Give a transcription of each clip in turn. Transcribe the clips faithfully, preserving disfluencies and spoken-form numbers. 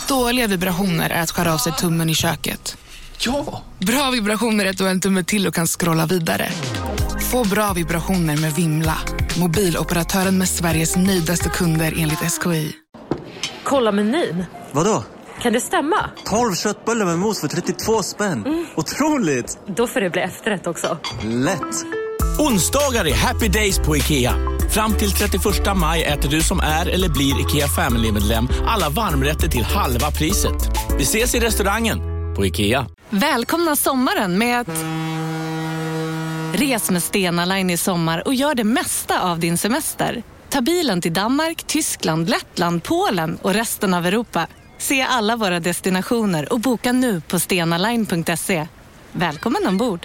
Dåliga vibrationer är att skära av sig tummen i köket. Ja! Bra vibrationer är att du har en tumme till och kan scrolla vidare. Få bra vibrationer med Vimla. Mobiloperatören med Sveriges nöjdaste kunder enligt S K I. Kolla menyn. Vadå? Kan det stämma? tolv köttbullar med mos för trettiotvå spänn. Mm. Otroligt! Då får det bli efterrätt också. Lätt! Onsdagar är happy days på IKEA. Fram till trettioförsta maj äter du som är eller blir IKEA Family-medlem alla varmrätter till halva priset. Vi ses i restaurangen på IKEA. Välkomna sommaren med att... Res med Stena Line i sommar och gör det mesta av din semester. Ta bilen till Danmark, Tyskland, Lettland, Polen och resten av Europa. Se alla våra destinationer och boka nu på stenaline punkt se. Välkommen ombord!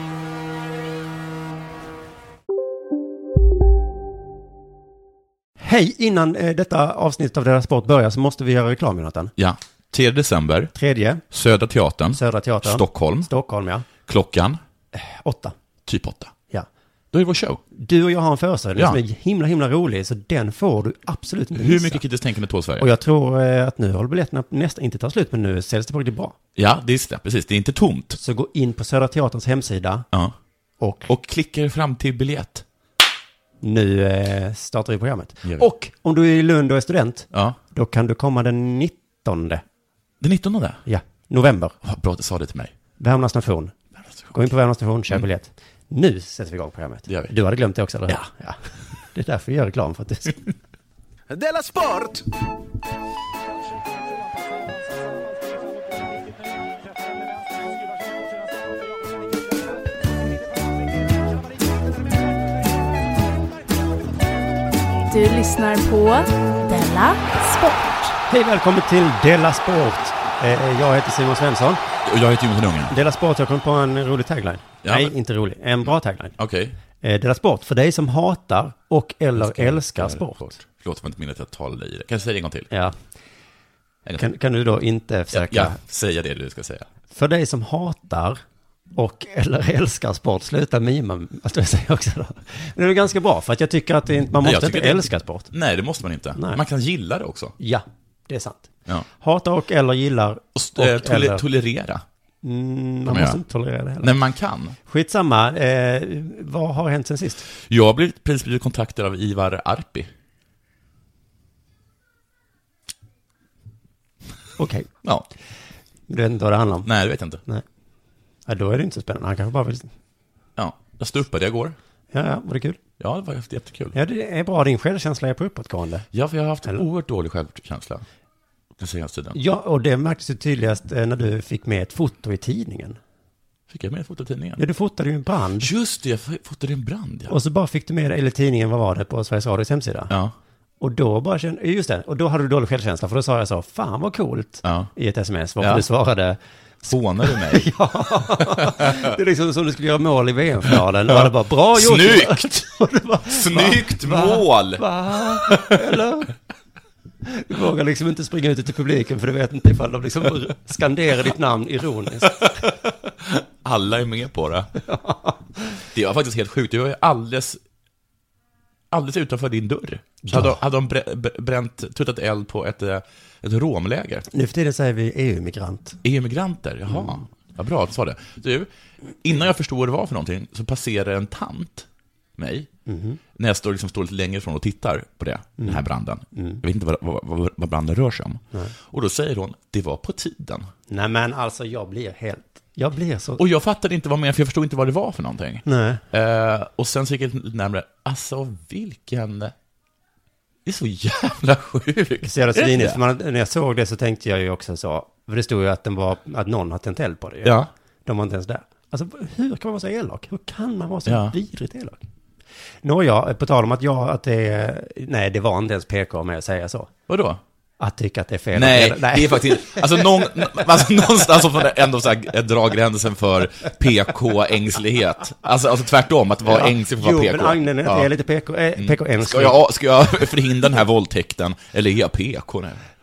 Hej, innan eh, detta avsnitt av Dela Sport börjar så måste vi göra reklam, Jonathan. Ja, tredje december. Tredje. Södra Teatern. Södra Teatern. Stockholm. Stockholm, ja. Klockan. Eh, åtta. Typ åtta. Ja. Då är det vår show. Du och jag har en föreställning Ja. som är himla, himla rolig, så den får du absolut inte missa. Hur mycket kritiskt tänkande tål Sverige? Och jag tror eh, att nu håller biljetterna nästan inte tar slut, men nu säljs det faktiskt bra. Ja, det är det, precis. Det är inte tomt. Så gå in på Södra Teaterns hemsida. Ja. Och, och klicka er fram till biljett. Nu eh, startar vi programmet. Vi. Och om du är i Lund och är student, ja. då kan du komma den nittonde. Den nittonde? Ja, november. Oh, bra att du sa det till mig. Värmlands station. Gå in på Värmlands station, köp biljett. Mm. Nu sätter vi igång programmet. Det gör vi. Du hade glömt det också, eller hur? Ja. ja. Det är därför vi gör reklam, för att det ska... Dela Sport! Du lyssnar på Dela Sport. Hej, välkommen till Dela Sport. Eh, jag heter Simon Svensson. Och jag heter Jonas Lundgren. Dela Sport, jag kom på en rolig tagline. Ja, Nej, men... inte rolig. En bra tagline. Okej. Okay. Eh, Dela Sport, för dig som hatar och eller älskar, älskar sport. sport. Förlåt, för inte minnet att jag talar i det. Kan jag säga det en gång till? Ja. En gång kan, till. kan du då inte försöka... Ja, ja, säga det du ska säga. För dig som hatar och eller älskar sport, sluta mima, att jag säger också då. Men det är ganska bra, för att jag tycker att det, man måste Nej, inte älska det... sport. Nej, det måste man inte. Nej. Man kan gilla det också. Ja, det är sant. Ja. Hatar och eller gillar och, och, och toler- eller... tolerera. Mm, man måste inte tolerera det heller. Nej, man kan. Skitsamma. Eh, vad har hänt sen sist? Jag har blivit, precis blivit kontaktad av Ivar Arpi. Okej. Okay. Ja. Du vet inte vad det handlar om? Nej, det vet jag inte. Nej. Ja, då är det inte så spännande. Han kanske bara vill... Ja, jag stod det igår. Ja, ja, var det kul? Ja, det var jättekul. Ja, det är bra. Din självkänsla är på uppåtgående. Ja, för jag har haft en Eller? oerhört dålig självkänsla den senaste tiden. Ja, och det märktes ju tydligast när du fick med ett foto i tidningen. Fick jag med ett foto i tidningen? Ja, du fotade ju en brand. Just det, jag fotade en brand, ja. Och så bara fick du med, eller tidningen, vad var det, på Sveriges Radios hemsida? Ja. Och då bara kände, just det, och då hade du dålig självkänsla, för då sa jag så, fan vad coolt, ja. i ett sms, varför ja. du svarade... Hånar du mig? Ja, det är liksom som du skulle göra mål i V M-finalen. Ja. Och det bara, bra gjort. Snyggt! bara, Snyggt va, mål! Va, va, eller? Du vågar liksom inte springa ut till publiken, för du vet inte ifall de liksom skanderar ditt namn ironiskt. Alla är med på det. Ja. Det var faktiskt helt sjukt. Jag är alldeles, alldeles utanför din dörr. Ja. Hade, hade de bränt, tuttat eld på ett, ett romläger. Nu för tiden säger vi E U-migrant. E U-migranter, jaha. Mm. Ja, bra att du sa det. Du, innan jag förstod vad det var för någonting så passerar en tant mig. Mm. När jag står, liksom, står lite längre ifrån och tittar på det, mm. den här branden. Mm. Jag vet inte vad, vad, vad, vad branden rör sig om. Nej. Och då säger hon, det var på tiden. Nej, men alltså jag blir helt... Jag blir så... Och jag fattade inte vad mer, för jag förstod inte vad det var för någonting. Nej. Uh, och sen så gick jag lite närmare. Alltså, vilken... Det är så jävla sjukt. Så jävla svinigt. För man, när jag såg det så tänkte jag ju också så... För det stod ju att, den var, att någon har tänt eld på det. Ja. De var inte ens där. Alltså, hur kan man vara så elak? Hur kan man vara så ja. vidrigt elak? Nåja, på tal om att jag, att det är... Nej, det var inte ens P K med att säga så. Vadå? Att tycka att det är fel. Nej, Nej. det är faktiskt... Alltså, någon, alltså någonstans får man ändå så här, dra gränsen för P K-ängslighet. Alltså, alltså tvärtom, att vara ja. ängslig för att vara P K. Jo, men Agnen ja. är lite P K, äh, P K-ängslig. Ska jag, ska jag förhindra den här våldtäkten? Eller är jag P K nu?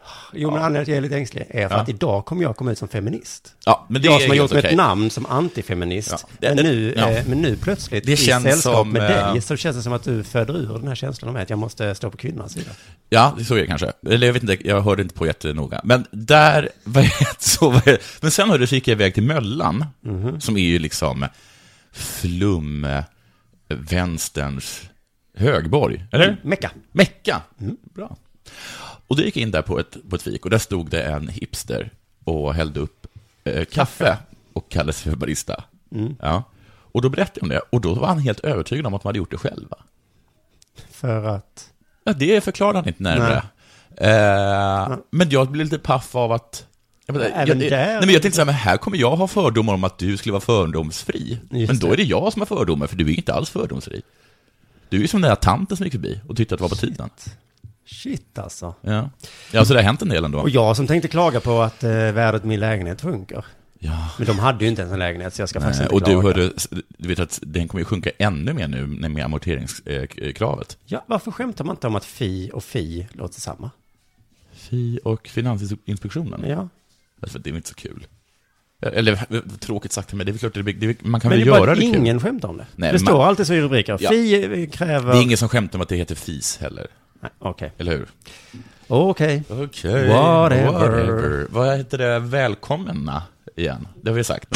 Jo, men anledningen till att jag är lite ängslig är för Ja. att idag kommer jag komma ut som feminist. Ja, men det jag är som har gjort helt ett okej. namn som antifeminist. Ja. Men, nu, Ja. eh, men nu plötsligt Det i känns sällskap som, med eh, dig så känns det som att du föder ur den här känslan om att jag måste stå på kvinnans sida. Ja, det så är det kanske. Eller jag vet inte, jag hörde inte på jättenoga. Men där, vad är så, vad är, men sen har du kika iväg till Möllan, Mhm. som är ju liksom flum, vänsterns högborg, eller? Mecka. Mecka, bra. Och då gick jag in där på ett, på ett fik, och där stod det en hipster och hällde upp eh, kaffe och kallade sig för barista. Mm. Ja. Och då berättade jag om det, och då var han helt övertygad om att man hade gjort det själva. För att... Ja, det förklarar han inte närmare. Eh, men jag blev lite paff av att... Jag, jag, Även jag, där- nej, men jag tänkte så här, men här kommer jag ha fördomar om att du skulle vara fördomsfri. Just men då det. är det jag som har fördomar, för du är inte alls fördomsfri. Du är ju som den där tanten som gick förbi och tyckte att det var på tiden. Shit alltså. Ja, ja, så det har hänt en del ändå. Och jag som tänkte klaga på att eh, värdet på min lägenhet sjunker. Ja. Men de hade ju inte ens en lägenhet, så jag ska faktiskt Nej, inte och du, klaga. hörde, du vet att den kommer ju sjunka ännu mer nu med amorteringskravet. Ja, varför skämtar man inte om att Fi och Fi låter samma? Fi och Finansinspektionen. Ja. Därför att det är inte så kul. Eller tråkigt sagt, men det är väl klart, det är, det är, man kan Men väl det är göra bara det kul. ingen skämtar om det. Nej, det man- står alltid så i rubriker. Ja. Fi kräver... Det är ingen som skämtar om att det heter fis heller. Nej, okej. Eller hur? Okej. Okej. Whatever. Whatever. Vad heter det? Välkomna igen. Det har vi sagt.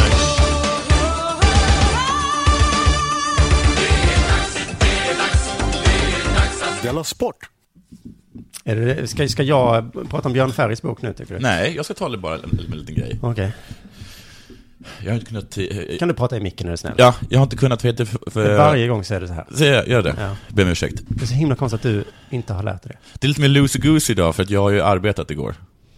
Della Sport. Är det, ska, ska jag prata om Björn Ferrys bok nu, tycker du? Nej, jag ska ta det bara en, en, en liten grej. Okej. Jag har inte kunnat... eh, Kan du prata i micken, är du snäll? Ja, jag har inte kunnat... För, för, för, Varje gång så är det så här. Så jag gör det. Ja. Ber om ursäkt. Det är så himla konstigt att du inte har lärt dig det. Det är lite mer loosey-goosey idag, för att jag har ju arbetat igår.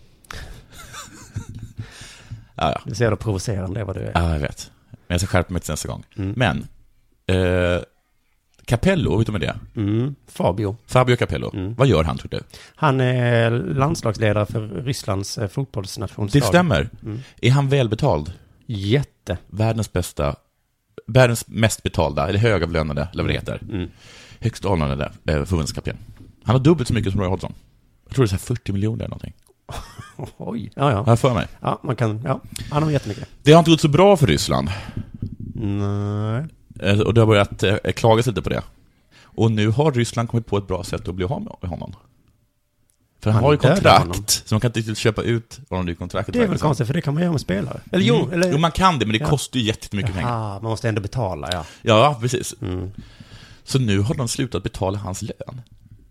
ja, ja. Du ser det provocerande, är vad du är. Ja, jag vet. Men jag ska skärpa mig till nästa gång. Mm. Men, eh, Capello, vet du med det? Mm. Fabio. Fabio Capello. Mm. Vad gör han, tror du? Han är landslagsledare för Rysslands eh, fotbollsnationslag. Det stämmer. Mm. Är han välbetald? Jätte. Världens bästa, världens mest betalda, eller högavlönade, eller vad det heter. Mm. Högst avlönade eh, förbundskapten. Han har dubbelt så mycket som Roy Hodgson. Jag tror det är så här fyrtio miljoner eller någonting. Oj. Ja, ja. Har jag för mig. Ja, man kan... Ja, han har jättemycket. Det har inte gått så bra för Ryssland. Nej. Eh, Och det har börjat eh, klagas lite på det. Och nu har Ryssland kommit på ett bra sätt att bli av med honom. För han, Han har ju dödar kontrakt, honom. så man kan inte riktigt köpa ut honom ur kontraktet. Det är väl verkligen. konstigt, för det kan man göra med spelare. Eller jo, Mm. eller... Jo, man kan det, men det Ja. kostar ju jättemycket pengar. Ah, man måste ändå betala, ja. Ja, precis. Mm. Så nu har de slutat betala hans lön.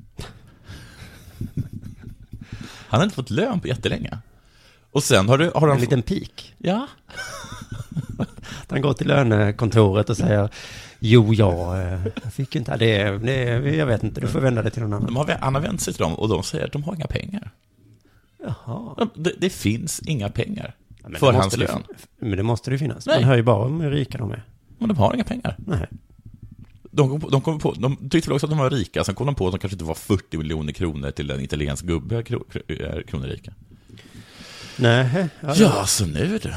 Han har inte fått lön på jättelänge. Och sen har, du, har de... En liten pik. Ja. Han går till lönekontoret och säger: jo, jag, eh, jag fick inte det, det. Jag vet inte, du får vända det till någon annan. De har, han har vänt sig till dem och de säger att de har inga pengar. Jaha. De, det, det finns inga pengar Ja, men för det hans måste det lön. fin- Men det måste det finnas. Nej. Man hör ju bara om hur rika de är. Men de har inga pengar. Nej. De, kom på, de, kom på, de tyckte väl också att de var rika, sen kom de på att de kanske inte var fyrtio miljoner kronor till en italiensk gubbe kro, kro, är kronorika. Nej. Ja, Ja, så nu är det.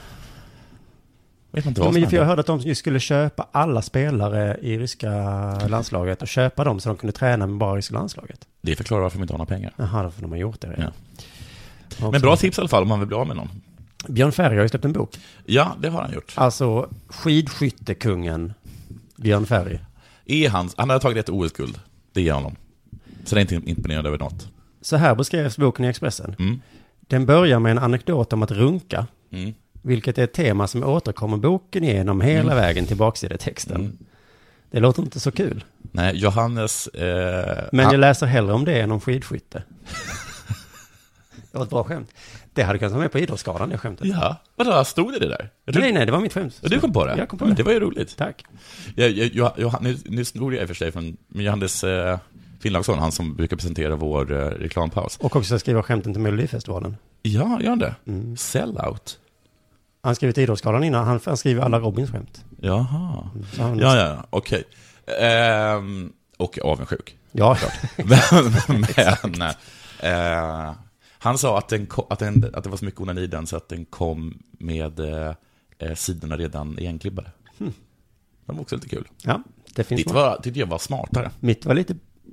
Vet inte Ja, vad men som för jag händer. hörde att de ju skulle köpa alla spelare i ryska landslaget och köpa dem så de kunde träna med bara ryska landslaget. Det förklarar varför de inte har några pengar. Jaha, då får de ha gjort det. Ja. Ja. Men bra tips i alla fall om man vill bli av med någon. Björn Ferry har ju släppt en bok. Ja, det har han gjort. Alltså skidskyttekungen Björn Ferry. Är han, han har tagit ett O S-guld. Det är honom. Så det är inte imponerad över något. Så här beskrevs boken i Expressen. Mm. Den börjar med en anekdot om att runka, Mm. vilket är ett tema som återkommer boken igenom hela Mm. vägen till baksidetexten. Mm. Det låter inte så kul. Nej, Johannes... Eh, Men han, jag läser hellre om det än om skidskytte. Det var ett bra skämt. Det hade kunnat vara med på Idrottsskalan, det skämtet. Ja, vadå, stod det det där? Jag tror- Nej, nej, det var mitt skämt. Ja, du kom på det? Jag kom på Men det. det var ju roligt. Tack. Jag, jag, jag, jag, nu, nu snor jag i och för sig från Johannes eh, Finnlaugsson, han som brukar presentera vår eh, reklampaus. Och också skriva skämten till Melodifestivalen. Ja, gör han det? Mm. Sellout. Han skrev till Idrottsskalan innan, han, han skriver alla Robins skämt. Jaha. Så han, Ja, ja, okej. Ehm, och avundsjuk. Ja, klart. men men eh, han sa att, den, ko- att, den, att det var så mycket onani i den så att den kom med eh, sidorna redan igenklibbade. Hmm. Det var också lite kul. Ja, det finns Ditt många. var, tyckte jag var smartare. Mitt var lite, ja,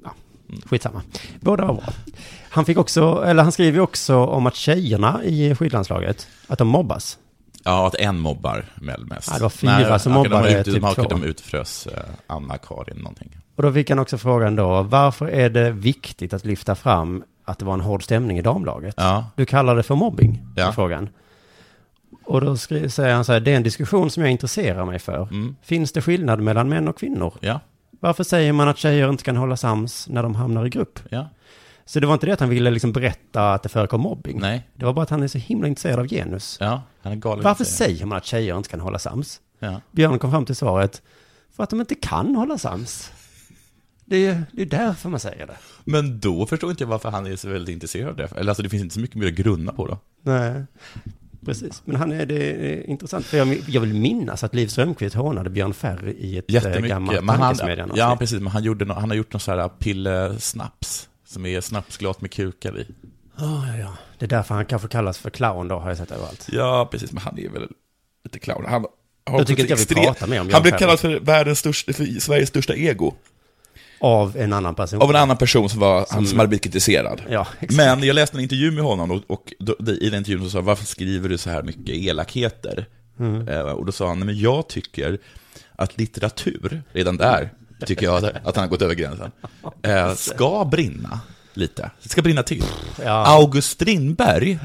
Skitsamma. Båda var bra. Han fick också, eller han skriver också om att tjejerna i skidlandslaget, att de mobbas. Ja, att en mobbar mest. Ja, det var fyra Nej, som mobbade de ut, typ de, två. De utfrös eh, Anna-Karin någonting. Och då fick han också frågan då, varför är det viktigt att lyfta fram att det var en hård stämning i damlaget? Ja. Du kallar det för mobbing, ja. frågan. Och då skri- säger han så här, det är en diskussion som jag intresserar mig för. Mm. Finns det skillnad mellan män och kvinnor? Ja. Varför säger man att tjejer inte kan hålla sams när de hamnar i grupp? Ja. Så det var inte det att han ville liksom berätta att det förekom mobbing. Nej. Det var bara att han är så himla intresserad av genus. Ja, han är galen. Varför säger man att tjejer inte kan hålla sams? Ja. Björn kom fram till svaret, för att de inte kan hålla sams. Det är, det är därför man säger det. Men då förstår inte jag varför han är så väldigt intresserad av det. Eller alltså det finns inte så mycket mer att grunna på då. Nej, precis. Men han är, det är intressant. För jag, jag vill minnas att Liv Strömquist hånade Björn Ferry i ett gammalt tankesmedjan. Ja, precis. Men han, gjorde no, han har gjort någon så här pillesnaps. Som är snapsglas med kukar i. Oh, ja, ja. Det är därför han kanske kallas för clown då, har jag sett överallt. Ja, precis. Men han är väl lite clown. Han har jag tycker inte jag vill prata med om Björn Han blev kallad för världens största, för Sveriges största ego. Av en annan person. Av en annan person som var, som, som hade blivit kritiserad. Ja, exakt. Men jag läste en intervju med honom och, och då, i den intervjun så sa, varför skriver du så här mycket elakheter? Mm. Eh, och då sa han, nej, men jag tycker att litteratur, redan där tycker jag att han har gått över gränsen, eh, ska brinna lite. Det ska brinna till. Ja. August Strindberg,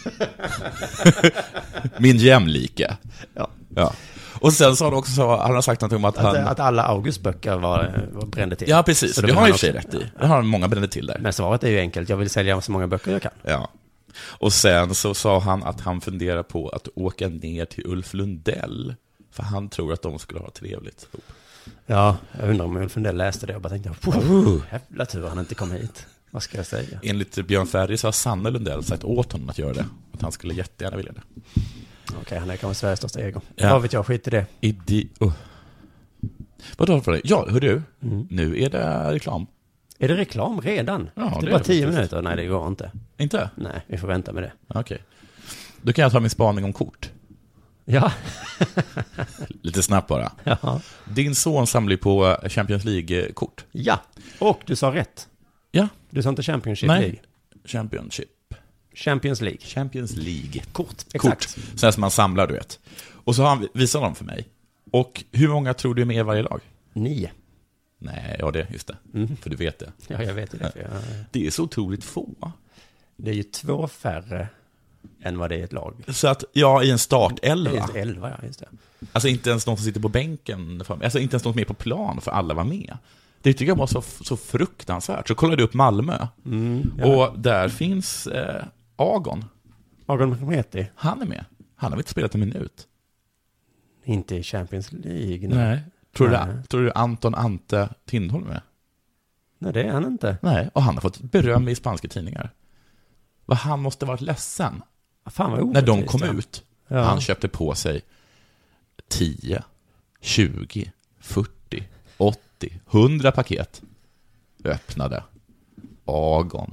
min jämlike. Ja. Ja. Och sen så har han också så, han har sagt något om att, att han... Att alla August-böcker var, var brände till. Ja, precis. Det har han i och för sig rätt i. Det har många brände till där. Men svaret är ju enkelt. Jag vill sälja så många böcker jag kan. Ja. Och sen så sa han att han funderar på att åka ner till Ulf Lundell. För han tror att de skulle ha trevligt. Ja, jag undrar om Ulf Lundell läste det. Jag bara tänkte, oh, jävla tur han inte kom hit. Vad ska jag säga? Enligt Björn Ferry så har Sanna Lundell sagt åt honom att göra det. Att han skulle jättegärna vilja det. Okej, okay, han är kanske Sveriges största ego. Ja. Vad vet jag, skit i det. Idi- uh. Vad då för det? Ja, hör du, mm. nu är det reklam. Är det reklam redan? Ja, det är det bara är tio det minuter. Nej, det går inte. Inte? Nej, vi får vänta med det. Okej. Okay. Då kan jag ta min spaning om kort. Ja. Lite snabbt bara. Ja. Din son samlar på Champions League-kort. Ja, och du sa rätt. Ja. Du sa inte Championship Nej. League. Championship. Champions League. Champions League. Kort, exakt. Kort. Sådär som man samlar, du vet. Och så har han visat dem för mig. Och hur många tror du är med i varje lag? Nio. Nej, ja det, just det. Mm. För du vet det. Ja, jag vet det. Jag... Det är så otroligt få. Det är ju två färre än vad det är ett lag. Så att, ja, i en startelva. Just elva, ja, just det. Alltså inte ens någon som sitter på bänken. Alltså inte ens någon som är på plan för alla var med. Det tycker jag var så, så fruktansvärt. Så kollade jag upp Malmö. Mm, ja. Och där finns eh, Agon. Agon Mehmeti. Han är med. Han har inte spelat en minut. Inte i Champions League. Nej. nej. Tror, nej. Du, tror du Anton Ante Tindholm är? Nej, det är han inte. Nej, och han har fått beröm i spanska tidningar. Vad han måste varit ledsen. Fan vad när de kom han. ut. Ja. Han köpte på sig tio, tjugo, fyrtio, åttio, hundra paket. Öppnade. Agon.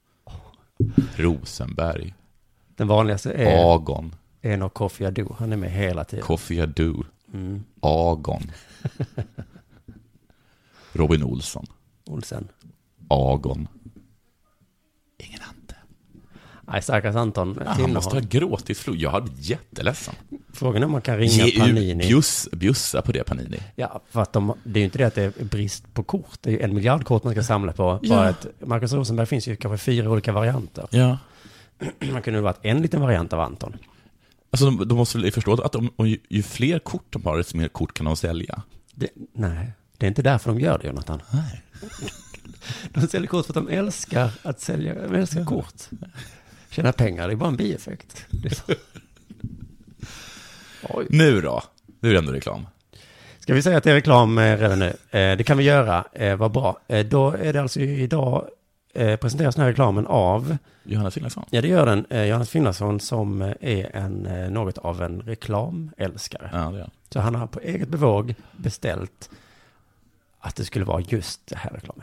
Rosenberg. Den vanligaste är Agon. En av Kofi Adu. Han är med hela tiden. Kofi Adu. Mm. Agon. Robin Olsson. Olsen. Agon. Ingen Ante. Nej, stackars Anton. Ja, han måste ha gråtit flod. Jag hade blivit jätteledsen. Frågan är om man kan ringa Ge Panini. Bjuss, bjussa på det det. Ja, för att de, det är ju inte det att det är brist på kort. Det är ju en miljard kort man ska samla på. Ja. Bara att Marcus Rosenberg finns ju kanske fyra olika varianter. Ja. Man kunde ha varit en liten variant av Anton. Alltså de, de måste väl förstå att de, ju, ju fler kort de har, desto mer kort kan de sälja. Det, nej, det är inte därför de gör det, Jonathan. Nej. De säljer kort för att de älskar att sälja, de älskar kort. Tjäna pengar, det är bara en bieffekt. Oj. Nu då? Nu är det ändå reklam. Ska vi säga att det är reklam redan nu? Det kan vi göra, vad bra. Då är det alltså idag presenteras den här reklamen av Johannes Finlandsson. Ja, det gör den. Johannes Finlandsson som är en, något av en reklamälskare. Ja, det är. Så han har på eget bevåg beställt att det skulle vara just det här reklamen.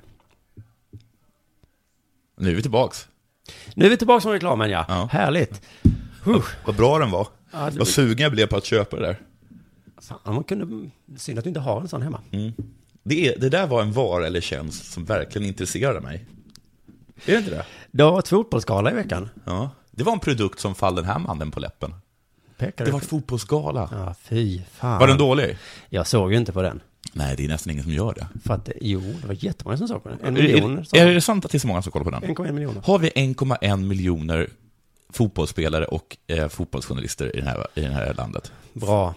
Nu är vi tillbaks. Nu är vi tillbaka från reklamen, ja. ja. Härligt. Vad, vad bra den var. Ja, det... Vad sugen jag blev på att köpa det där. Fan, man kunde... Synd att du inte har en sån hemma. Mm. Det, är, det där var en vara eller tjänst som verkligen intresserade mig. Är det inte det? Det var ett fotbollsgala i veckan. Ja. Det var en produkt som fall den här mannen på läppen. Pekar det var ett fotbollsgala. Ja, fy fan. Var den dålig? Jag såg ju inte på den. Nej, det är nästan ingen som gör det. För att, jo, det var jättemånga som såg på den. En är, miljon. Är, är det sant att det är så många som kollar på den? en komma en miljoner. Har vi en komma en miljoner fotbollsspelare och eh, fotbollsjournalister i, den här, i det här landet? Bra.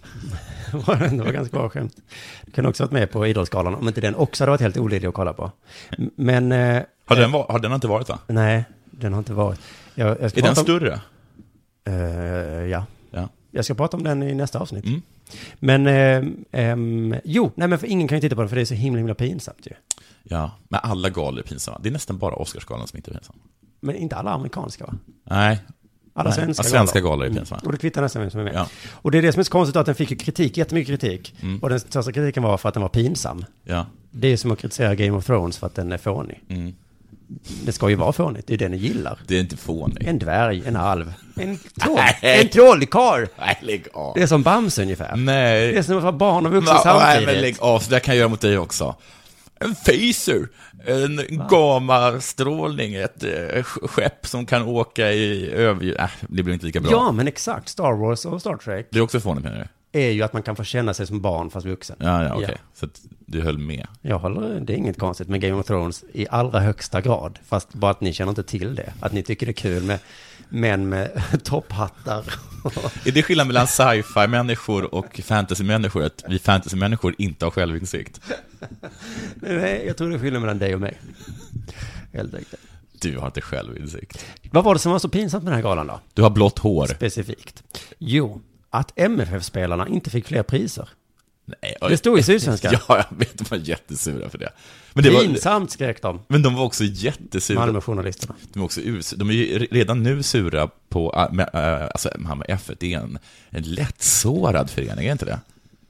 Det var ganska bra skämt. Du kan också varit med på Idrottsgalan, om inte den också hade varit helt olidlig att kolla på. Men... Eh, har, den var, har den inte varit, va? Nej, den har inte varit. Jag, jag är den om, större? Uh, ja. ja. Jag ska prata om den i nästa avsnitt. Mm. Men, eh, eh, jo, nej men för ingen kan ju titta på den för det är så himla, himla pinsamt ju. Ja, men alla galor är pinsamma. Det är nästan bara Oscarsgalan som inte är pinsamma. Men inte alla amerikanska, va? Nej. Alla nej. svenska, ja, svenska galor. galor är pinsamma. Mm. Och det kvittar nästan vem som är med. Ja. Och det är det som är så konstigt, att den fick ju kritik, jättemycket kritik. Mm. Och den största kritiken var för att den var pinsam. Ja. Det är som att kritisera Game of Thrones för att den är fånig. Mm. Det ska ju vara fånigt, det är det ni gillar. Det är inte fånig. En dvärg, en alv, en troll, en trollkarl. Nej, lägg av. Det är som Bamse ungefär. Nej. Det är som att vara barn och vuxen Nej, samtidigt. men lägg av, så där kan jag göra mot dig också. En phaser, en gamma-strålning, ett äh, skepp som kan åka i över... Äh, det blir inte lika bra. Ja, men exakt. Star Wars och Star Trek. Det är också fånigt, menar du? Är ju att man kan få känna sig som barn fast vuxen. Ja, ja, okej. Okay. Ja. Så att du höll med. Jag håller, det är inget konstigt med Game of Thrones i allra högsta grad. Fast bara att ni känner inte till det. Att ni tycker det är kul med män med topphattar. Är det skillnad mellan sci-fi-människor och fantasy-människor? Att vi fantasy-människor inte har självinsikt? Nej, jag tror det är skillnad mellan dig och mig. Helt enkelt. Du har inte självinsikt. Vad var det som var så pinsamt med den här galan då? Du har blått hår. Specifikt. Jo, att M F F-spelarna inte fick fler priser. Nej, det stod i Sydsvenskan. Ja, jag vet, de var jättesura för det. Men det pinsamt var, skrek de. Men de var också jättesura. Malmö-journalisterna. De är också de är ju redan nu sura på, äh, alltså Malmö F ett är en, en lättsårad förening, är inte det?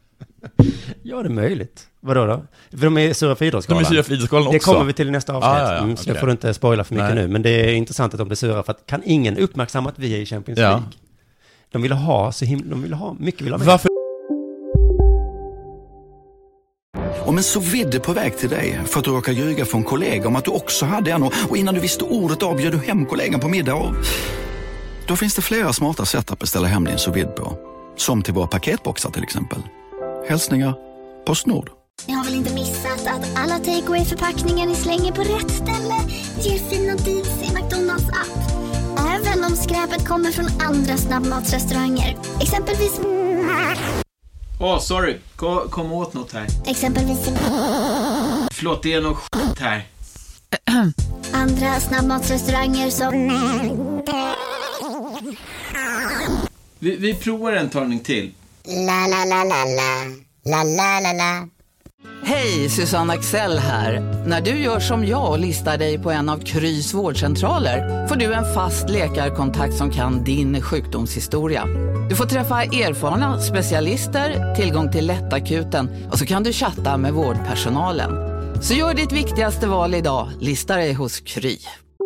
Ja, det är möjligt. Vadå då? För de är sura för Idrottsgalan. De är sura för Idrottsgalan också. Det kommer vi till i nästa avsnitt. Ah, ja, ja, mm, så okay. det får du inte spoila för mycket Nej. nu. Men det är intressant att de blir sura för att kan ingen uppmärksamma att vi är i Champions League? Ja. De ville ha så himla, de ville ha, mycket vill ha med. Varför? Om en så vidde på väg till dig för att du råkar ljuga för en kollega om att du också hade en och innan du visste ordet av bjöd du hem kollegan på middag och... Då finns det flera smarta sätt att beställa hem din sous vide på. Som till våra paketboxar till exempel. Hälsningar Postnord. Ni har väl inte missat att alla takeaway förpackningar ni slänger på rätt ställe ger fina deals i McDonalds app. Även om skräpet kommer från andra snabbmatsrestauranger. Exempelvis... Åh, oh, sorry. Kom, kom åt något här. Exempelvis... Förlåt, det är något skit här. Andra snabbmatsrestauranger som... Vi, vi provar en talning till. La la la la la. La la la la. Hej, Susanne Axel här. När du gör som jag och listar dig på en av Krys vårdcentraler får du en fast läkarkontakt som kan din sjukdomshistoria. Du får träffa erfarna specialister, tillgång till lättakuten och så kan du chatta med vårdpersonalen. Så gör ditt viktigaste val idag, lista dig hos Kry.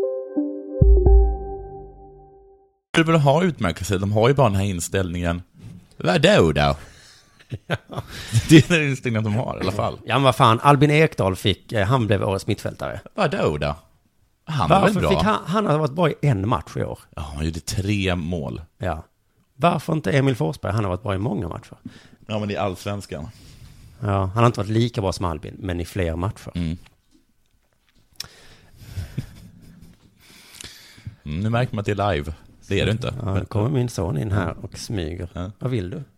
Du vill ha utmärkelse, de har ju bara den här inställningen. Vadå då? Ja. Det är den inställningen de har i alla fall. Ja, men vad fan, Albin Ekdal fick, han blev årets mittfältare. Vadå då? Han Varför var väl bra? Fick han, han har varit bra i en match i år. Ja, han gjorde tre mål. Ja. Varför inte Emil Forsberg? Han har varit bra i många matcher. Ja, men i allsvenskan. Ja, han har inte varit lika bra som Albin, men i fler matcher. Mm. Mm, nu märker man att det är live. Det är det inte. Ja, nu kommer min son in här och smyger. Ja. Vad vill du?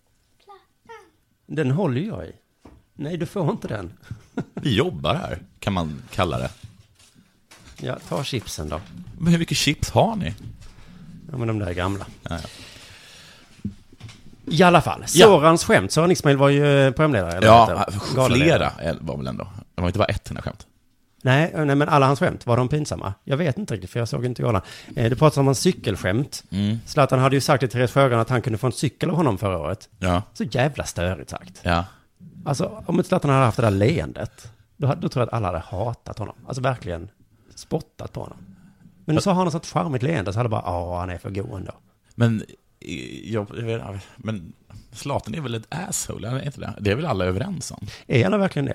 Den håller jag i. Nej, du får inte den. Vi jobbar här, kan man kalla det. Ja, ta chipsen då. Men hur mycket chips har ni? Ja, men de där är gamla. Ja, ja. I alla fall, Sorans ja. skämt. Soran Ismail var ju programledare. Eller ja, flera var väl ändå. Det var inte bara ett sina skämt. Nej, nej, men alla hans skämt, var de pinsamma? Jag vet inte riktigt, för jag såg inte galan. Eh, det pratas om en cykelskämt. Mm. Zlatan hade ju sagt till Therese Sjögran att han kunde få en cykel av honom förra året. Ja. Så jävla störigt sagt. Ja. Alltså, om inte Zlatan hade haft det där leendet, då, då tror jag att alla hade hatat honom. Alltså verkligen spottat på honom. Men nu så har han ett sånt charmigt leende, så hade bara, ja, han är för god ändå. Men, jag, jag vet, men Zlatan är väl ett asshole, är inte det? Det är väl alla överens om? Är han verkligen det?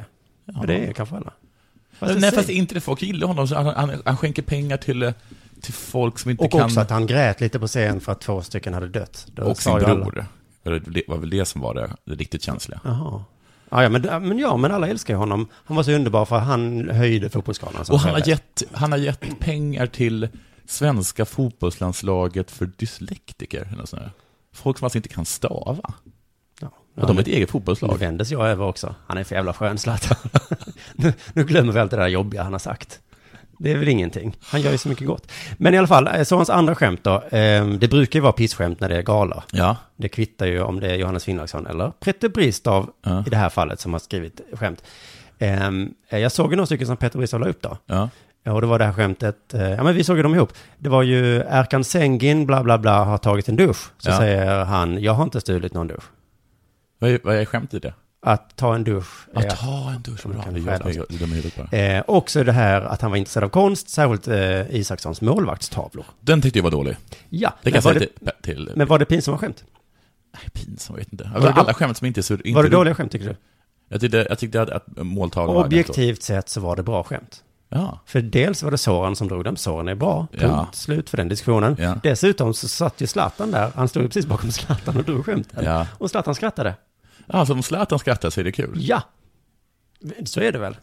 Ja. Men det är kanske alla. Fast nej, fast inte det. Folk gillar honom. Så han, han, han skänker pengar till, till folk som inte och kan... Och också att han grät lite på scen för att två stycken hade dött. Det och sin bror. Det var väl det som var det, det riktigt känsliga. Jaha. Ja, ja, men, men ja, men alla älskar honom. Han var så underbar för han höjde fotbollsskalan. Och han har, gett, han har gett pengar till svenska fotbollslandslaget för dyslektiker. Eller sådär. Folk som alltså inte kan stava. Ja. Och de är ett eget fotbollslag. Nu vändes jag över också. Han är för jävla skön, Zlatan. nu, nu glömmer vi allt det där jobbiga han har sagt. Det är väl ingenting. Han gör ju så mycket gott. Men i alla fall, så hans andra skämt då. Eh, det brukar ju vara pissskämt när det är gala. Ja. Det kvittar ju om det är Johannes Finnlagsson eller Peter Bristav ja. i det här fallet som har skrivit skämt. Eh, jag såg ju några stycken som Peter Bristav la upp då. Ja. Och det var det här skämtet. Eh, ja, men vi såg ju dem ihop. Det var ju Erkan Sengin, bla bla bla, har tagit en dusch. Så ja. säger han, jag har inte stulit någon dusch. Vad är, vad är skämt i det? Att ta en dusch. Att är, ta en dusch, bra. Det gör, det gör, det gör eh, också det här att han var intresserad av konst, särskilt eh, Isakssons målvaktstavlor. Den tyckte jag var dålig. Ja. Det kan var säga det, till, till... Men var det pinsamma skämt? Nej, pinsamma, vet inte. Var alla skämt som inte är så... Inte var det dåliga skämt, tycker du? Jag tyckte, jag tyckte att, att måltavlan... Objektivt sett så var det bra skämt. Ja. För dels var det Soran som drog dem. Soran är bra. Punkt. Ja. Slut för den diskussionen. Ja. Dessutom så satt ju Zlatan där. Han stod precis bakom Zlatan och drog skämten. Ja. Och Zlatan skrattade. Ja, så om Zlatan skrattar så är det kul. Ja, så är det väl.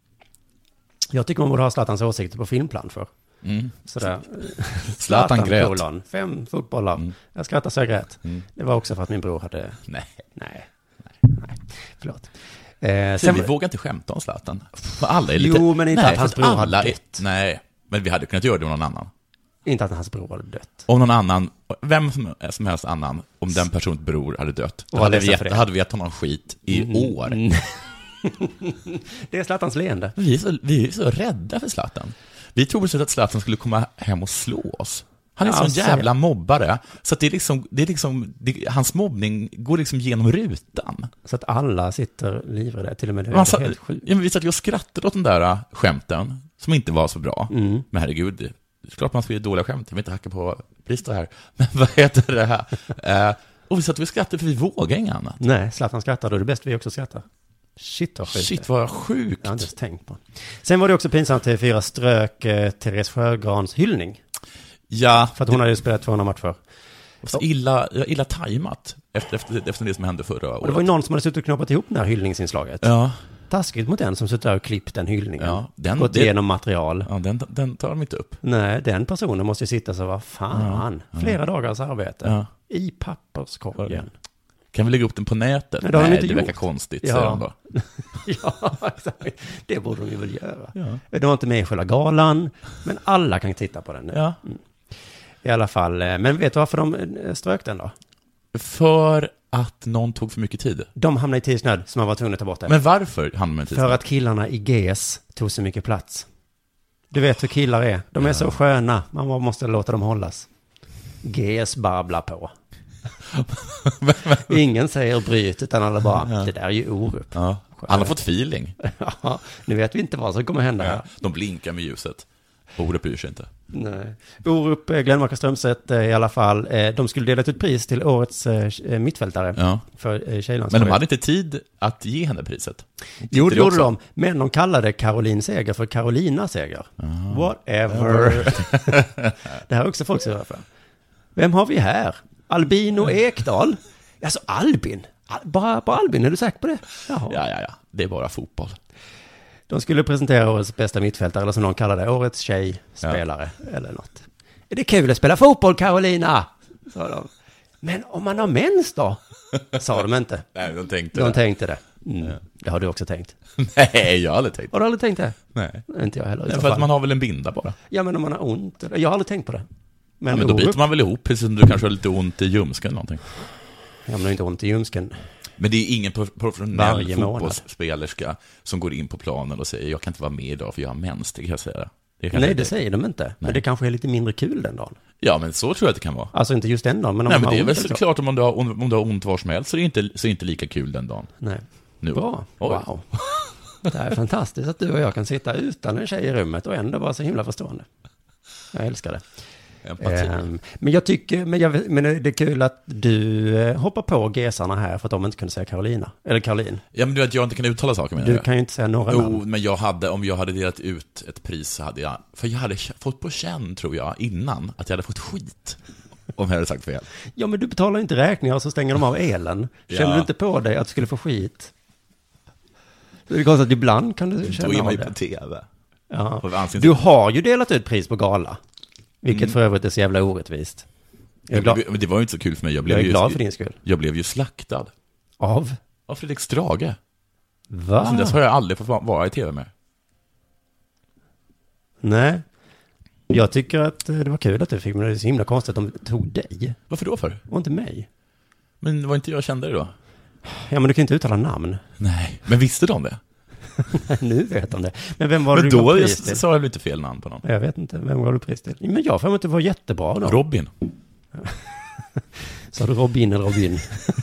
Jag tycker man borde ha Zlatans åsikter på filmplan för. Mm. Sådär. Zlatan grät. Kolon, fem fotbollar. Mm. Jag skrattar så jag grät. Mm. Det var också för att min bror hade... Nej. Nej. Nej. Förlåt. Eh, sen vi vågar inte skämta om Zlatan. För alla är lite... Jo, men inte nej, att hans bror hade dött. Är... Nej, men vi hade kunnat göra det om någon annan. Inte att hans bror hade dött. Om någon annan, vem som, som helst annan, om den personens bror hade dött, då hade vi, gett, hade vi gett honom skit i mm. år. Mm. Det är Zlatans leende. Vi är, så, vi är så rädda för Zlatan. Vi tror att Zlatan skulle komma hem och slå oss. Han är ja, en sån jävla mobbare. Så att det är liksom, det är liksom det, hans mobbning går liksom genom rutan. Så att alla sitter livrädda, till och med det är sa, helt sjukt. Ja, men vi satt ju och skrattade åt de där skämten som inte var så bra. Mm. Men herregud, det är klart man ska göra dåliga skämt. Jag vill inte hacka på Bristav här. Men vad heter det här? uh, och vi satt och skrattade för vi vågar inget annat. Nej, Zlatan skrattar, då är det bäst vi också skrattar. Shit vad sjukt. Shit vad sjukt. Jag har inte tänkt på. Sen var det också pinsamt T V fyra strök eh, Therese Sjögrans hyllning. Ja. För att hon det... hade ju spelat tvåhundra matcher. Så illa, illa tajmat efter, efter, efter det som hände förra året. Och det var ju någon som hade suttit och knoppat ihop det här hyllningsinslaget. Ja. Taskigt mot den som suttit där och klippt den hyllningen. Ja, den, gått det, igenom material. Ja, den, den tar de inte upp. Nej, den personen måste ju sitta så, vad fan. Ja, Flera ja. dagars arbete. Ja. I papperskorgen. Kan vi lägga upp den på nätet? Nej, det, Nej, inte det gjort. verkar konstigt, ja. säger de då. Ja, exakt. Det borde de ju väl göra. Ja. De var inte med i själva galan, men alla kan titta på den nu. Ja. Mm. I alla fall, men vet du varför de strök den då? För att någon tog för mycket tid. De hamnade i tidsnöd, så man var tvungen att ta bort det. Men varför hamnade man i tidsnöd? För att killarna i G S tog så mycket plats. Du vet hur killar är. De är ja. så sköna, man måste låta dem hållas. G S babblar på. Ingen säger bryt, utan alla bara, ja. det där är ju Orup. Ja. Alla har fått feeling. Ja, nu vet vi inte vad som kommer hända. Ja. De blinkar med ljuset. Orup bryr sig inte. Nej. Orup, Glenmark och Strömstedt i alla fall. De skulle dela ut ett pris till årets mittfältare ja. för tjejlands. Men de hade inte tid att ge henne priset. Jo, det gjorde de. Men de kallade Caroline Seger för Carolina Seger. Ah. Whatever. Det här är också folk som hör för. Vem har vi här? Albino Ekdal? Alltså Albin? Bara, bara Albin, är du säker på det? Jaha. Ja, ja, ja. Det är bara fotboll. De skulle presentera årets bästa mittfältare, eller som någon kallar det, årets tjejspelare, ja. eller något. Är det kul att spela fotboll, Carolina? Sa de. Men om man har mens då? Sa de inte. Nej, de tänkte de det. tänkte det. Mm. Ja. Det har du också tänkt. Nej, jag har aldrig tänkt det. Har du aldrig tänkt det? Nej. Inte jag heller. Nej, för fall. Att man har väl en binda bara. Ja, men om man har ont. Jag har aldrig tänkt på det. Men, ja, men då biter man väl ihop, precis som du kanske har lite ont i ljumsken eller någonting. Ja, men det är inte ont i ljumsken. Men det är ingen professionell fotbollsspelerska som går in på planen och säger jag kan inte vara med idag för jag har mens, det kan jag säga. Det kan Nej, jag det säger de inte. Nej. Men det kanske är lite mindre kul den dagen. Ja, men så tror jag att det kan vara. Alltså inte just den dagen, men om Nej, man men har det är väl ont, såklart om du, har, om du har ont var som helst så är det inte, så är det inte lika kul den dagen. Nej. Nu. Bra. Wow. Det är fantastiskt att du och jag kan sitta utan en tjej i rummet och ändå vara så himla förstående. Jag älskar det. Um, men jag tycker, men, jag, men det är kul att du uh, hoppar på gesarna här för att de inte kunde säga Carolina, eller Caroline. Ja, men du vet, jag inte kan uttala saker med Du det. kan ju inte säga några Jo, namn. men jag hade, om jag hade delat ut ett pris så hade jag, för jag hade fått på känn, tror jag, innan, att jag hade fått skit. Om jag hade sagt fel. Ja, men du betalar inte räkningar och så stänger de av elen. Känner Ja. du inte på dig att du skulle få skit? Det är konstigt att ibland kan du Då känna är av man ju det. på tv. Ja. Och anses- Du har ju delat ut pris på gala. Vilket Mm. för övrigt är så jävla orättvist. Jag är glad, Men det var ju inte så kul för mig. Jag, blev jag är ju, glad för din skull. Jag blev ju slaktad. Av? Av Fredrik Strage. Va? Och sen dess har jag aldrig fått vara i tv med. Nej. Jag tycker att det var kul att du fick, men det är så himla konstigt att de tog dig. Varför då för? Och inte mig. Men var inte jag kände det då? Ja, men du kan inte uttala namn. Nej, men visste de det? Nu vet de det. Men vem var Men du då gav jag, pris till? sa jag väl inte fel namn på någon? Jag vet inte. Vem gav du pris till? Men jag får att det var jättebra då. Robin. Sa du Robin eller Robin?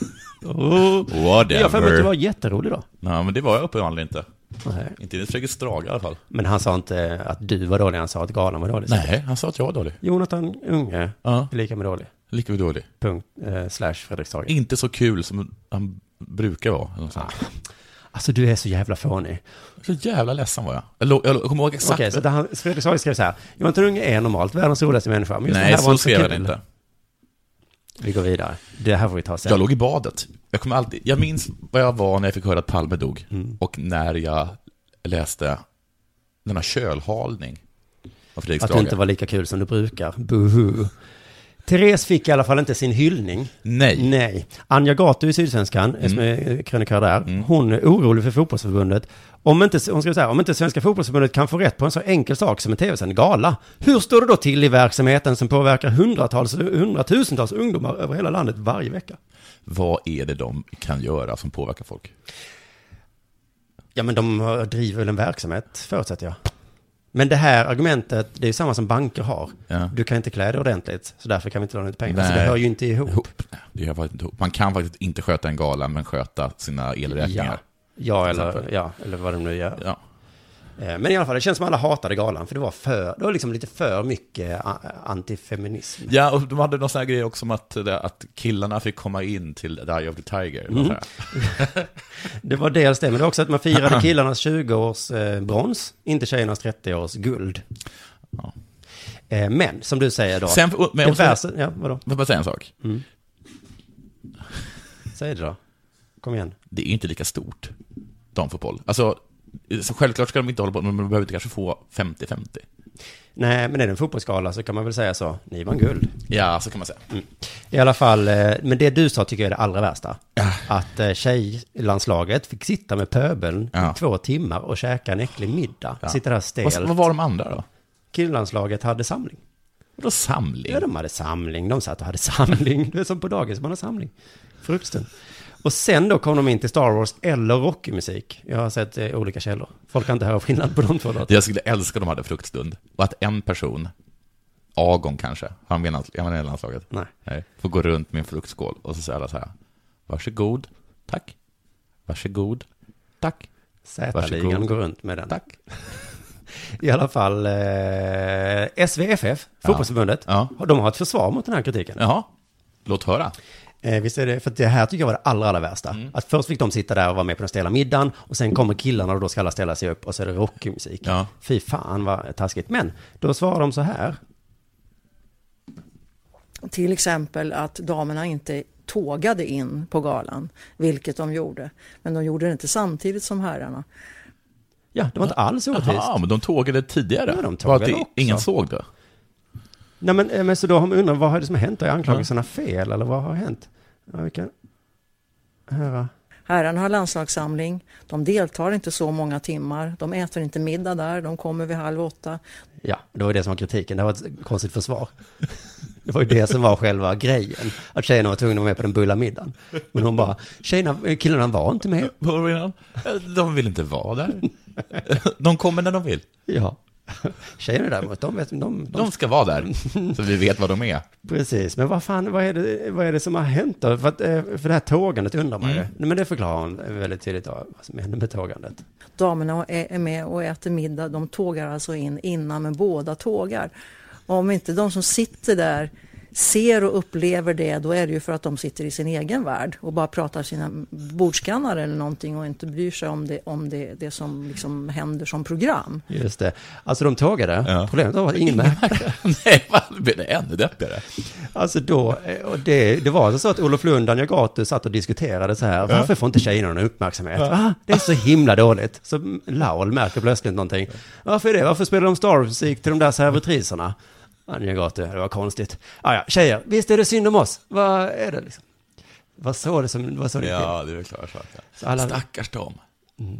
oh. Whatever. Jag får att det var jätterolig då. Nej, men det var jag uppenbarligen inte. Nej. Inte enligt Fredrik Strage i alla fall. Men han sa inte att du var dålig, han sa att galan var dålig. Nej, han sa att jag var dålig. Jonathan Unge Ja. är lika med dålig. Lika med dålig. Punkt, eh, slash Fredrik Strage. Inte så kul som han brukar vara. Eller något sånt. Alltså du är så jävla fånig. Så jävla ledsen var jag. Jag, lo- jag kommer ihåg exakt. Okej, så där han, Fredrik Strage skrev så här. Jonathan Unge är normalt världens roligaste människa. Men just det Nej, här var så inte skrev jag kul. det inte. Vi går vidare. Det här får vi ta sen. Jag låg i badet. Jag, kommer alltid, jag minns vad jag var när jag fick höra att Palme dog. Mm. Och när jag läste denna kölhalning av Fredrik Att Strage. du inte var lika kul som du brukar. Buhu. Therese fick i alla fall inte sin hyllning. Nej. Nej. Anja Gato i Sydsvenskan, mm. som är krönikör där, mm. hon är orolig för fotbollsförbundet. Om inte, hon ska säga, om inte Svenska fotbollsförbundet kan få rätt på en så enkel sak som en tv-sänd gala, hur står det då till i verksamheten som påverkar hundratals, hundratusentals ungdomar över hela landet varje vecka? Vad är det de kan göra som påverkar folk? Ja, men de driver väl en verksamhet, förutsätter jag. Men det här argumentet, det är ju samma som banker har. Ja. Du kan inte klä dig ordentligt, så därför kan vi inte låna ut pengar. Nej. Så det hör ju inte ihop. ihop. Nej, det hör faktiskt inte ihop. Man kan faktiskt inte sköta en gala, men sköta sina elräkningar. Ja, ja, eller, ja eller vad de nu gör. Ja. Men i alla fall, det känns som alla hatade galan, för det var för, det var liksom lite för mycket antifeminism. Ja, och de hade någon sån här grej också om att, att killarna fick komma in till The Eye of the Tiger. Mm. Det var dels det, men det var också att man firade killarnas tjugo-års eh, brons, inte tjejernas trettio-års guld. Ja. Eh, men, som du säger då. Sen, men jag värsta, ja, vadå? Får jag bara säga en sak? Mm. Säg det då. Kom igen. Det är inte lika stort, damfotboll. Alltså, så självklart ska de inte hålla på, men de behöver inte kanske få femtio femtio. Nej, men är det en fotbollsskala så kan man väl säga så. Ni vann guld. Ja, så kan man säga. Mm. I alla fall, men det du sa tycker jag är det allra värsta. Ja. Att tjejlandslaget fick sitta med pöbeln ja. i två timmar och käka en äcklig middag. Ja. Sitta där stelt. Vad, vad var de andra då? Killlandslaget hade samling. Vadå samling? Ja, de hade samling. De satt och hade samling. Det är som på dagis, man har samling. Frukosten. Och sen då kom de in till Star Wars eller rockmusik. Jag har sett eh, olika källor. Folk kan inte höra skillnad på de två. Då. Jag skulle älska om de hade fruktstund. Och att en person, Agon kanske, han menar i landslaget, Nej. Nej, får gå runt med en fruktskål. Och så säger alla så här: varsågod, tack. Varsågod, tack. Z-ligan går runt med den. Tack. I alla fall, eh, S V F F, fotbollsförbundet, ja. Ja. De har ett försvar mot den här kritiken. Jaha, låt höra. Eh, visst är det, för det här tycker jag var det allra, allra värsta. Mm. Att först fick de sitta där och vara med på den stela middagen, och sen kommer killarna och då ska alla ställa sig upp och så är det rockmusik. Ja. Fy fan vad taskigt. Men då svarar de så här. Till exempel att damerna inte tågade in på galan, vilket de gjorde. Men de gjorde det inte samtidigt som herrarna. Ja, det var inte alls orättvist. Ja, men de tågade tidigare. Ja, de tågade också. Ingen såg det. Nej, men, men så då har man undrat, vad har det som har hänt? Är anklagelserna fel, eller vad har hänt? Ja, vi kan höra. Herrarna har landslagssamling. De deltar inte så många timmar. De äter inte middag där. De kommer vid halv åtta. Ja, det var ju det som var kritiken. Det var ett konstigt försvar. Det var ju det som var själva grejen. Att tjejerna var tvungna att vara med på den bulla middagen. Men hon bara, tjejerna, killarna var inte med. De vill inte vara där. De kommer när de vill. Ja. Tjejerna däremot, de, vet, de, de... de ska vara där, så vi vet vad de är. Precis, men vad fan, vad är det, vad är det som har hänt då? För, att, för det här tågandet undrar man mm. ju. Men det förklarar hon väldigt tydligt då, vad som händer med tågandet. Damerna är med och äter middag, de tågar alltså in innan, men båda tågar. Och om inte de som sitter där ser och upplever det, då är det ju för att de sitter i sin egen värld och bara pratar sina bordskannar eller någonting och inte bryr sig om det, om det, det som liksom händer som program. Just det. Alltså de tågade. Ja. Problemet var att ingen märkte. Nej, det blev det ännu deppigare. Alltså då, och det, det var så att Olof Lund och Gatu satt och diskuterade så här, varför får inte tjejerna någon uppmärksamhet? Ja. Ah, det är så himla dåligt. Så Laul märker plötsligt någonting. Varför är det? Varför spelar de Star Musik till de där servitriserna? Anja Gatu, det var konstigt. Ah, ja, tjejer, visst är det synd om oss? Vad är det liksom? Vad så det som, vad så det Ja, det är väl klart. Ja. Alla... Stackars dem. Mm.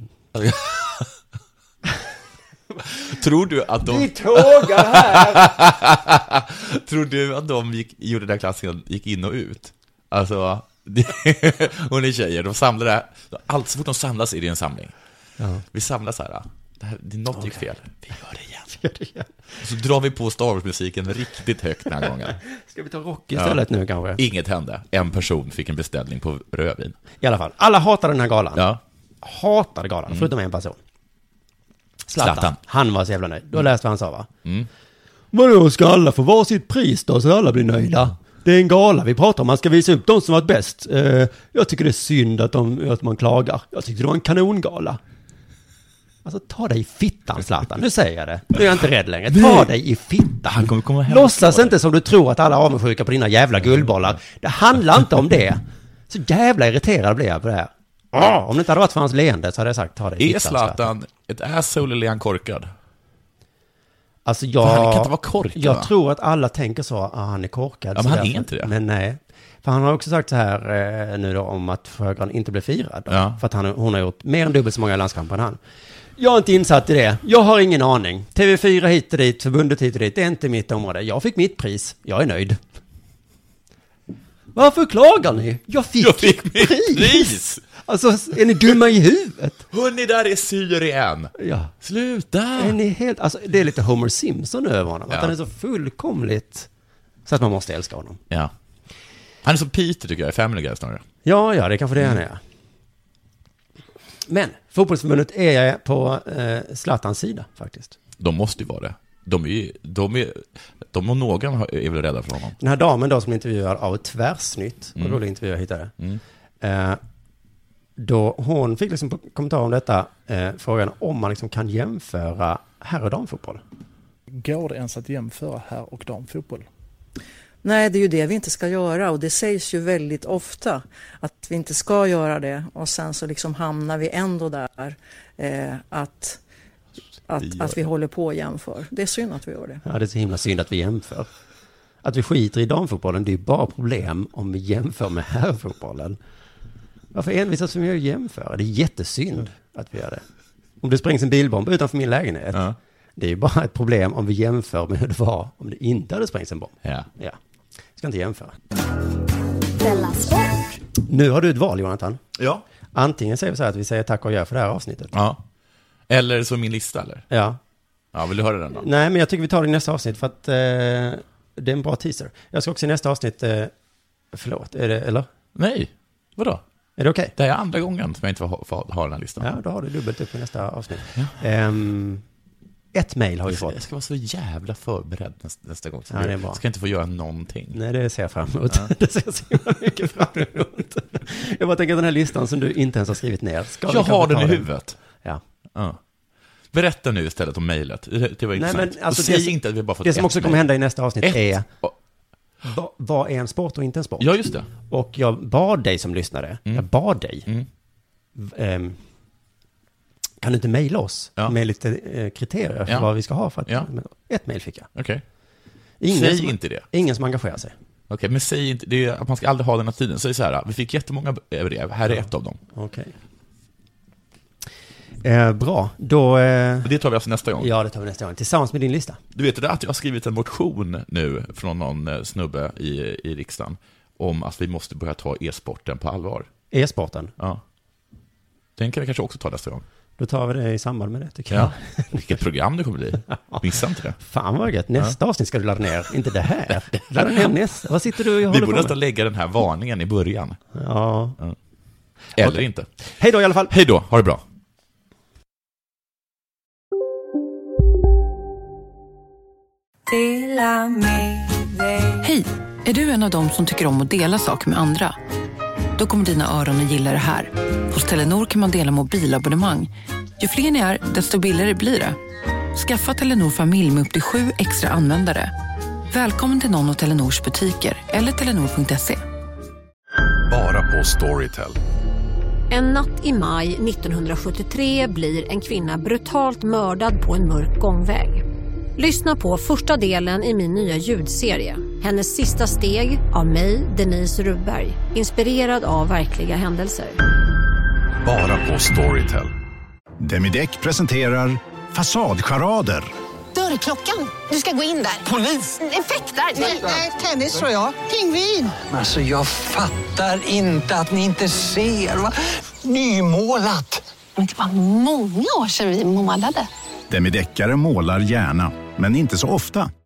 Tror du att de... Vi tågar här! Tror du att de gick, gjorde den där klassen, gick in och ut? Alltså, hon är tjejer, de samlade, allt så fort de samlas är det en samling. Ja. Vi samlas här, det här, det, något okay. gick fel. Vi gör det igen. Vi gör det igen. Så drar vi på Star Wars-musiken riktigt högt den här gången. Ska vi ta rock istället ja. nu kanske? Inget hände. En person fick en beställning på rödvin. I alla fall, alla hatade den här galan. Ja. Hatade galan, mm. förutom en person. Zlatan. Zlatan. Han var så jävla nöjd. Du har läst vad han sa, va? Mm. Vadå, ska alla få vara sitt pris då så alla blir nöjda? Det är en gala vi pratar om. Man ska visa upp de som varit bäst. Uh, jag tycker det är synd att, de, att man klagar. Jag tyckte det var en kanongala. Alltså ta dig i fittan, Zlatan. Nu säger jag det. Nu är jag inte rädd längre. Ta dig i fittan. Han kommer komma hem. Låtsas inte som du tror att alla är avundsjuka på dina jävla guldbollar. Det handlar inte om det. Så jävla irriterad blev jag på det här. Oh, om det inte hade varit för hans leende så hade jag sagt ta dig i fittan. Är Zlatan ett asshole eller är han korkad? Alltså jag, han kan inte vara korkad, jag va? tror att alla tänker så, ah, han är korkad. Ja, men han är inte det. Men nej. För han har också sagt så här eh, nu då om att Sjögran inte blev firad. Ja. För att han, hon har gjort mer än dubbelt så många landskamper än han. Jag är inte insatt i det. Jag har ingen aning. T V fyra hit och dit, förbundet hit och dit. Det är inte mitt område. Jag fick mitt pris. Jag är nöjd. Varför klagar ni? Jag fick, jag fick mitt pris. pris. Alltså, är ni dumma i huvudet? Hörrni, där är Syrien. Ja. Sluta. Är ni helt, alltså, det är lite Homer Simpson över honom. Ja. Att han är så fullkomligt så att man måste älska honom. Ja. Han är som Peter tycker jag, i Family Guy snarare. Ja, ja, det är kanske det mm. han är. Men fotbollsförbundet är på eh, Zlatans sida faktiskt. De måste ju vara det. De är ju, de är, de och någon är väl rädda för honom. Den här damen då som intervjuar av ett Tvärsnytt, mm. och då intervjuar hittade. Mm. Eh, då hon fick liksom kommentar om detta, eh, frågan om man liksom kan jämföra herr- och damfotboll. Går det ens att jämföra herr- och damfotboll? Nej, det är ju det vi inte ska göra, och det sägs ju väldigt ofta att vi inte ska göra det, och sen så liksom hamnar vi ändå där eh, att, att, att vi håller på och jämför. Det är synd att vi gör det. Ja, det är så himla synd att vi jämför. Att vi skiter i damfotbollen, det är ju bara problem om vi jämför med herrfotbollen. Varför envisas vi att jämföra? Det är jättesynd att vi gör det. Om det sprängs en bilbomb utanför min lägenhet, ja. Det är ju bara ett problem om vi jämför med hur det var om det inte hade sprängts en bomb. Ja. Ja. Ska inte jämföra. Della Sport. Nu har du ett val, Jonathan. Ja. Antingen säger vi så här att vi säger tack och gör för det här avsnittet. Ja. Eller så min lista, eller? Ja. Ja, vill du höra den då? Nej, men jag tycker vi tar det i nästa avsnitt för att eh, det är en bra teaser. Jag ska också i nästa avsnitt, eh, förlåt, är det, eller? Nej, vadå? Är det okej? Okay? Det är andra gången som jag inte får ha, ha den här listan. Ja, då har du dubbelt upp i nästa avsnitt. Ja. Um, ett mejl har vi fått. Jag ska vara så jävla förberedd nästa, nästa gång. Ja, det är bra. Jag ska inte få göra någonting. Nej, det ser jag fram emot. Ja. Det ser jag så mycket fram emot. Jag bara tänker att den här listan som du inte ens har skrivit ner. Ska jag har den i huvudet. Ja. Ja. Berätta nu istället om mejlet. Det var intressant. Nej, men alltså säg det, inte att vi bara fått det som också kommer hända i nästa avsnitt ett. är Va, vad är en sport och inte en sport? Ja, just det. Och jag bad dig som lyssnare, mm. jag bad dig, mm. um, kan du inte mejla oss ja. med lite eh, kriterier för ja. vad vi ska ha för att, ja. ett mejl fick jag. Okej. Okay. Säg som, inte det. Ingen som engagerar sig. Okej, okay, men säg inte, det är att man ska aldrig ha den här tiden. Säg så här, vi fick jättemånga brev, här är ja. ett av dem. Okej. Okay. Eh, bra, då... Eh, det tar vi alltså nästa gång. Ja, det tar vi nästa gång, tillsammans med din lista. Du vet det att jag har skrivit en motion nu från någon snubbe i, i riksdagen om att vi måste börja ta e-sporten på allvar. E-sporten? Ja. Den kan vi kanske också ta nästa gång. Då tar vi det i samband med det, tycker ja. jag. Vilket program det kommer bli. Missa inte det. Fan vad gött. Nästa ja. avsnitt ska du ladda ner. Inte det här. Ladda ner nästa. Vad sitter du och Vi borde nästan lägga den här varningen i början. Ja. ja. Eller okay. inte. Hej då i alla fall. Hej då. Ha det bra. Hej, är du en av dem som tycker om att dela saker med andra? Då kommer dina öron att gilla det här. Hos Telenor kan man dela mobilabonnemang. Ju fler ni är, desto billigare blir det. Skaffa Telenor familj med upp till sju extra användare. Välkommen till någon av Telenors butiker eller telenor punkt se. Bara på Storytel. En natt i maj nittonhundrasjuttiotre blir en kvinna brutalt mördad på en mörk gångväg. Lyssna på första delen i min nya ljudserie. Hennes sista steg av mig, Denise Rubberg. Inspirerad av verkliga händelser. Bara på Storytel. Demideck presenterar Fasadcharader. Dörrklockan. Du ska gå in där. Polis? Effektar? Nej, tennis tror jag. Pingvin. Alltså jag fattar inte att ni inte ser. Va? Nymålat. Men det var många år sedan vi målade. Demideckare målar gärna, men inte så ofta.